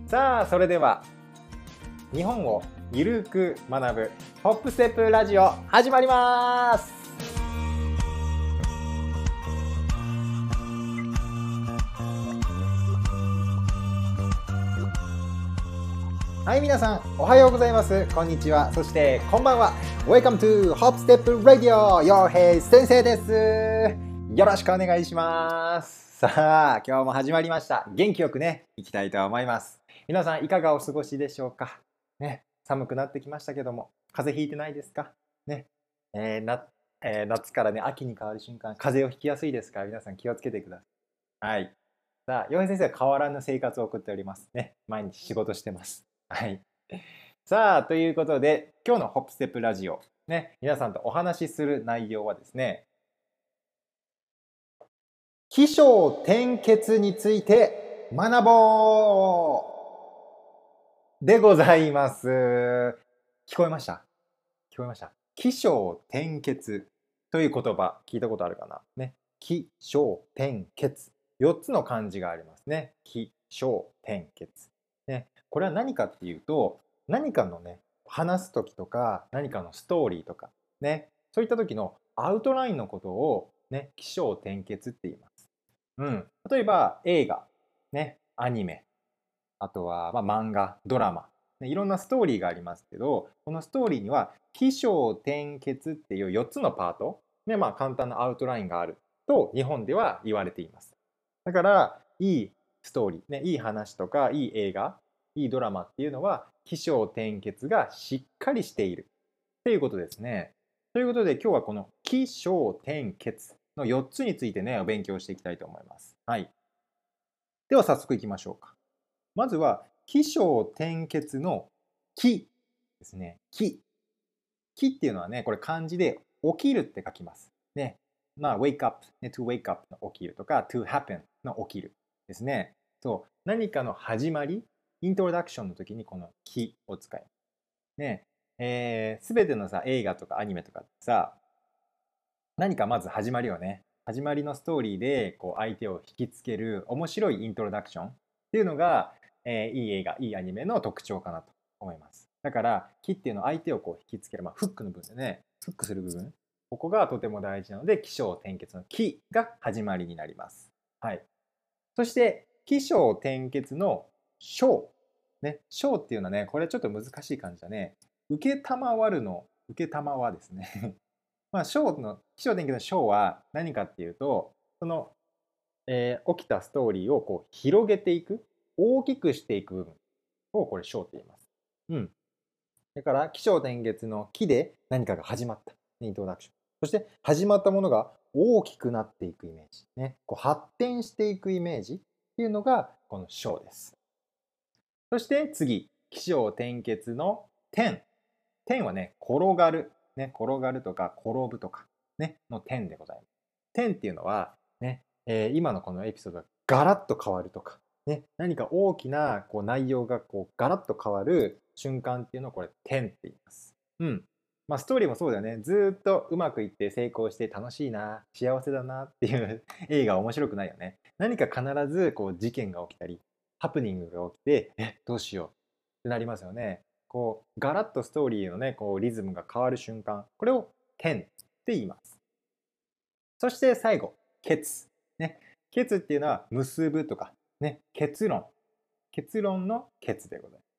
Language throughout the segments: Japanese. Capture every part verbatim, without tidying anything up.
さあ、それでは日本をゆるく学ぶホップステップラジオ始まります。はい、皆さんおはようございます。こんにちは。そしてこんばんは。Welcome to Hop Step Radio。陽平先生です。よろしくお願いします。さあ、今日も始まりました。元気よくね、いきたいと思います。皆さんいかがお過ごしでしょうか。ね、寒くなってきましたけども、風邪ひいてないですかね。えーなえー夏からね、秋に変わる瞬間、風邪をひきやすいですから、皆さん気をつけてください。はい。さあ、陽平先生は変わらぬ生活を送っておりますね。毎日仕事してます。はい。さあ、ということで、今日のホップステップラジオ、ね、皆さんとお話しする内容はですね、起承転結について学ぼうでございます。聞こえました？聞こえました？起承転結という言葉、聞いたことあるかなね。起承転結。よっつの漢字がありますね。起承転結。ね、これは何かっていうと、何かのね、話す時とか、何かのストーリーとか、ね、そういった時のアウトラインのことを、ね、起承転結って言います。うん。例えば、映画、ね、アニメ、あとは、まあ、漫画、ドラマ、ね、いろんなストーリーがありますけど、このストーリーには起承転結っていうよっつのパート、ね、まあ、簡単なアウトラインがあると日本では言われています。だからいいストーリー、ね、いい話とかいい映画、いいドラマっていうのは起承転結がしっかりしているっていうことですね。ということで今日はこの起承転結のよっつについてね、お勉強していきたいと思います。はい。では早速いきましょうか。まずは起承転結の起ですね。起。起っていうのはね、これ漢字で起きるって書きます。ね。まあ、wake up、ね、to wake up の起きるとか、to happen の起きるですね。そう。何かの始まり、イントロダクションの時にこの起を使います。ね。えー、すべてのさ、映画とかアニメとかってさ、何かまず始まりをね、始まりのストーリーでこう相手を引きつける面白いイントロダクションっていうのが、えーいい映画、いいアニメの特徴かなと思います。だから、木っていうのは相手をこう引きつける、まあ、フックの部分でね、フックする部分、ここがとても大事なので、起承転結の起が始まりになります。はい。そして、起承転結の承。ね、承っていうのはね、これちょっと難しい感じだね。受けたまわるの、受けたまわですね。まあ、章の起承転結の章は何かっていうと、その、えー起きたストーリーをこう広げていく、大きくしていく部分をこれ章って言います。うん。だから起承転結の起で何かが始まった。イントロダクション。そして始まったものが大きくなっていくイメージ。ね。こう発展していくイメージっていうのがこの章です。そして次、起承転結の転。転はね、転がる。ね、転がるとか転ぶとか、ね、の転でございます。転っていうのは、ね、えー今のこのエピソードがガラッと変わるとか、ね、何か大きなこう内容がこうガラッと変わる瞬間っていうのをこれ転って言います。うん。まあストーリーもそうだよね。ずーっとうまくいって成功して楽しいな、幸せだなっていう映画面白くないよね。何か必ずこう事件が起きたり、ハプニングが起きて、え、どうしようってなりますよね。こうガラッとストーリーのね、こうリズムが変わる瞬間、これを転って言います。そして最後、結。ね、結っていうのは結ぶとか、ね、結論。結論の結でございます。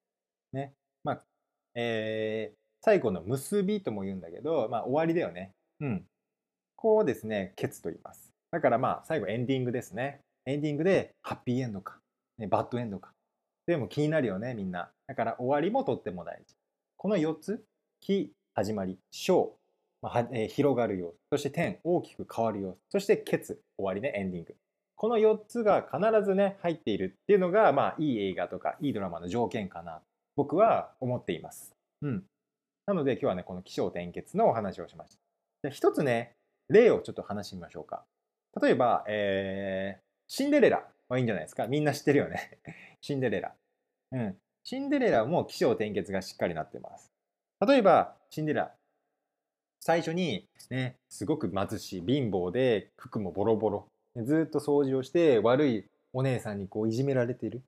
ね。まあ、えー、最後の結びとも言うんだけど、まあ終わりだよね。うん。こうですね、結と言います。だからまあ最後エンディングですね。エンディングでハッピーエンドか、ね、バッドエンドか。でも気になるよね、みんな。だから終わりもとっても大事。このよっつ、起、始まり、小、まあえー広がる様子、そして点、大きく変わる様子、そして結、終わりね、エンディング。このよっつが必ずね、入っているっていうのが、まあ、いい映画とか、いいドラマの条件かな、僕は思っています。うん。なので、今日はね、この起承転結のお話をしました。じゃあ一つね、例をちょっと話してみましょうか。例えば、えー、シンデレラはいいんじゃないですか。みんな知ってるよね。シンデレラ。うん。シンデレラも起承転結がしっかりなってます。例えば、シンデレラ。最初に、ね、すごく貧しい、貧乏で、服もボロボロ。ずっと掃除をして、悪いお姉さんにこういじめられている。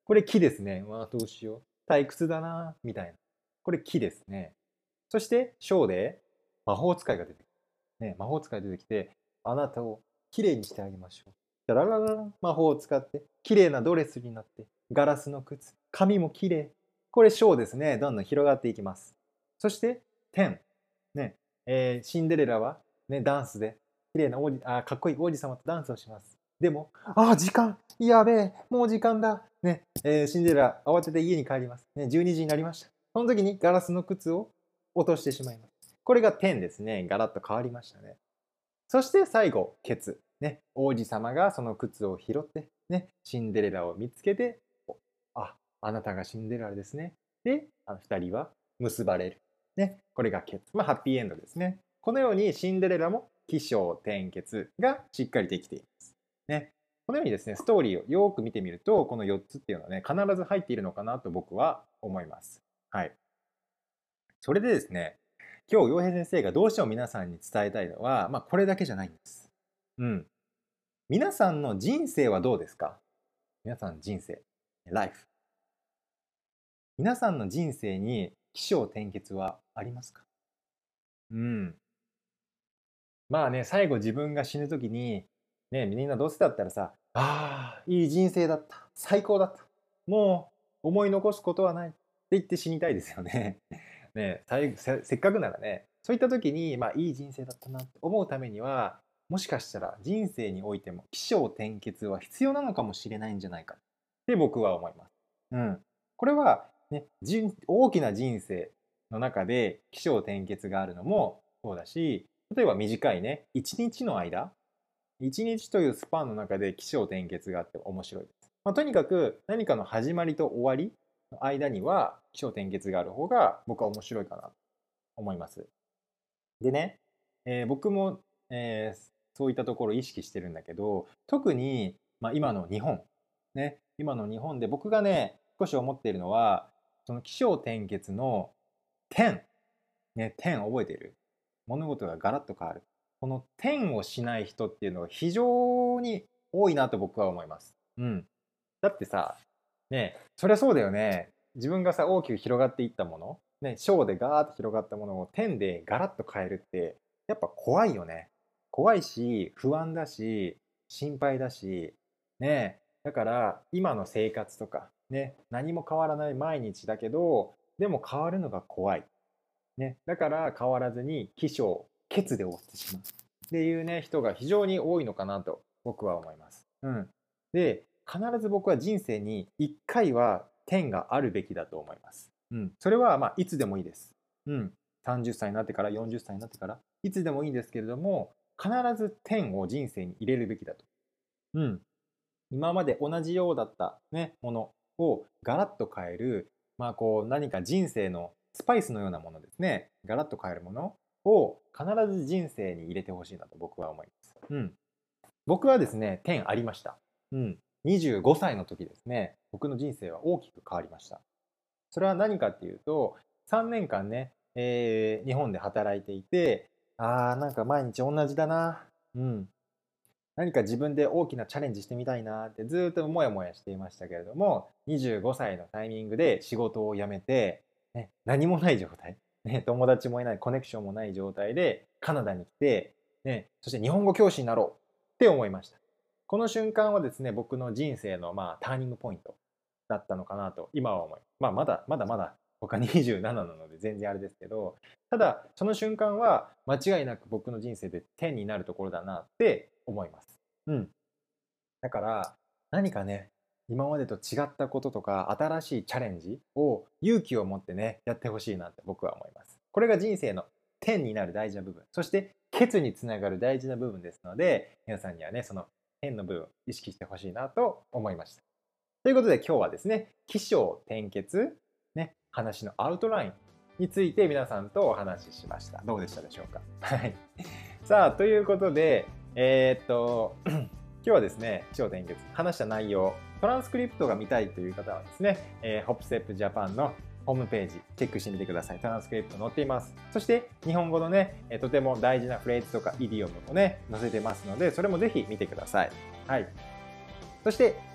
これ木ですね。わあ、どうしよう。退屈だな、みたいな。これ木ですね。そして章で魔法使いが出てきて、ね、魔法使い出てきて、あなたをきれいにしてあげましょう。ラララララ、魔法を使ってきれいなドレスになって、ガラスの靴、髪もきれい。これ章ですね。どんどん広がっていきます。そして天、ね、えーシンデレラは、ね、ダンスできれいな王子あかっこいい王子様とダンスをします。でも、ああ、時間やべえ、もう時間だ。ね、えーシンデレラ、慌てて家に帰ります。ね、じゅうにじになりました。その時にガラスの靴を落としてしまいます。これが天ですね。ガラッと変わりましたね。そして最後、ケツ。ね、王子様がその靴を拾って、ね、シンデレラを見つけて、あ、あなたがシンデレラですね。で、あのふたりは結ばれる。ね、これがケツ。まあ、ハッピーエンドですね。このようにシンデレラも起承転結がしっかりできています。ね、このようにですね、ストーリーをよく見てみると、このよっつっていうのはね、必ず入っているのかなと僕は思います。はい。それでですね、今日洋平先生がどうしても皆さんに伝えたいのは、まあ、これだけじゃないんです。うん。皆さんの人生はどうですか？皆さんの人生、ライフ。皆さんの人生に起承転結はありますか？うん。まあね、最後自分が死ぬ時に、ね、みんなどうせだったらさ、ああ、いい人生だった。最高だった。もう思い残すことはないって言って死にたいですよね。ね、最後せせっかくならね、そういった時に、まあいい人生だったなって思うためには、もしかしたら人生においても起承転結は必要なのかもしれないんじゃないかって僕は思います。うん。これは、ね、人大きな人生の中で起承転結があるのもそうだし、例えば短いね、いちにちの間、いちにちというスパンの中で起承転結があって面白いです。まあ、とにかく何かの始まりと終わりの間には起承転結がある方が僕は面白いかなと思います。でね、えー僕も、えーそういったところを意識してるんだけど、特に、まあ、今の日本、ね、今の日本で僕がね、少し思っているのは、その起承転結の点、ね、点覚えている？物事がガラッと変わる。この点をしない人っていうのが非常に多いなと僕は思います。うん。だってさ、ね、そりゃそうだよね。自分がさ、大きく広がっていったもの、ね、小でガーッと広がったものを点でガラッと変えるって、やっぱ怖いよね。怖いし、不安だし、心配だし、ね、だから今の生活とか、ね、何も変わらない毎日だけど、でも変わるのが怖い。ね、だから変わらずに起承結で終わってしまうっていうね人が非常に多いのかなと僕は思います。うん、で必ず僕は人生にいっかいは点があるべきだと思います。うん、それはまあいつでもいいです。うん、さんじゅっさいになってからよんじゅっさいになってからいつでもいいんですけれども必ず点を人生に入れるべきだと。うん、今まで同じようだった、ね、ものをガラッと変える、まあ、こう何か人生のスパイスのようなものですね。ガラッと変えるものを必ず人生に入れてほしいなと僕は思います。うん。僕はですね、点ありました。うん。にじゅうごさいの時ですね、僕の人生は大きく変わりました。それは何かっていうと、さんねんかんね、えー日本で働いていて、あーなんか毎日同じだな。うん。何か自分で大きなチャレンジしてみたいなってずっともやもやしていましたけれども、にじゅうごさいのタイミングで仕事を辞めて、ね、何もない状態、ね、友達もいない、コネクションもない状態でカナダに来て、ね、そして日本語教師になろうって思いました。この瞬間はですね、僕の人生のまあターニングポイントだったのかなと今は思います。まあまだまだまだ他にじゅうなななので全然あれですけど、ただその瞬間は間違いなく僕の人生で点になるところだなって思います。うん。だから何かね、今までと違ったこととか新しいチャレンジを勇気を持ってね、やってほしいなって僕は思います。これが人生の点になる大事な部分、そしてケツにつながる大事な部分ですので、皆さんにはね、その点の部分意識してほしいなと思いました。ということで今日はですね、起承転結、ね、話のアウトラインについて皆さんとお話ししました。どうでしたでしょうか。はい。さあ、ということで、えー、っと、今日はですね、起承転結、話した内容、トランスクリプトが見たいという方はですね、えー、ホップステップジャパンのホームページチェックしてみてください。トランスクリプト載っています。そして日本語のね、とても大事なフレーズとかイディオムもね、載せてますので、それもぜひ見てください。はい。そして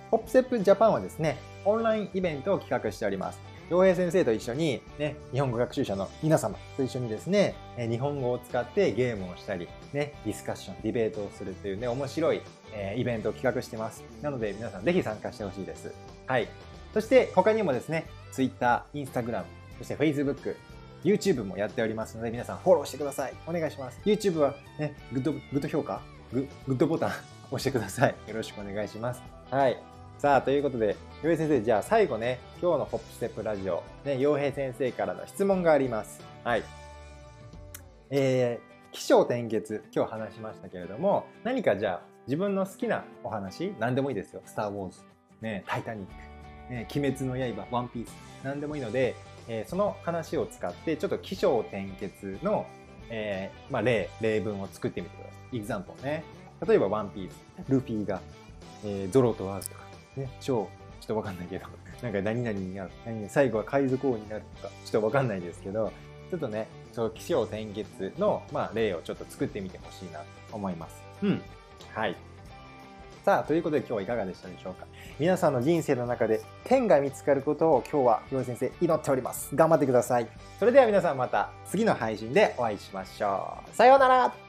ホップステップジャパンはですね、オンラインイベントを企画しております。陽平先生と一緒に、ね、日本語学習者の皆様と一緒にですね、日本語を使ってゲームをしたり、ね、ディスカッション、ディベートをするというね、面白い、えー、イベントを企画してます。なので皆さんぜひ参加してほしいです。はい。そして他にもですね、Twitter、Instagram、そして Facebook、YouTube もやっておりますので、皆さんフォローしてください。お願いします。YouTube はね、グッド、グッド評価、グ、グッドボタン押してください。よろしくお願いします。はい。さあ、ということで、陽平先生、じゃあ最後ね、今日のホップステップラジオ、ね、陽平先生からの質問があります。はい。えー、起承転結、今日話しましたけれども、何かじゃあ、自分の好きなお話、何でもいいですよ。スター・ウォーズ、ね、タイタニック、ね、鬼滅の刃、ワンピース、何でもいいので、えー、その話を使って、ちょっと起承転結の、えーまあ、例、例文を作ってみてください。エグザンポルね。例えば、ワンピース、ルフィが、えー、ゾロと会うとか。ね、超、ちょっとわかんないけど、なんか何々になる、何々最後は海賊王になるとか、ちょっとわかんないですけど、ちょっとね、その起承転結の、まあ、例をちょっと作ってみてほしいなと思います。うん。はい。さあ、ということで今日はいかがでしたでしょうか。皆さんの人生の中で天が見つかることを今日は陽平先生祈っております。頑張ってください。それでは皆さんまた次の配信でお会いしましょう。さようなら。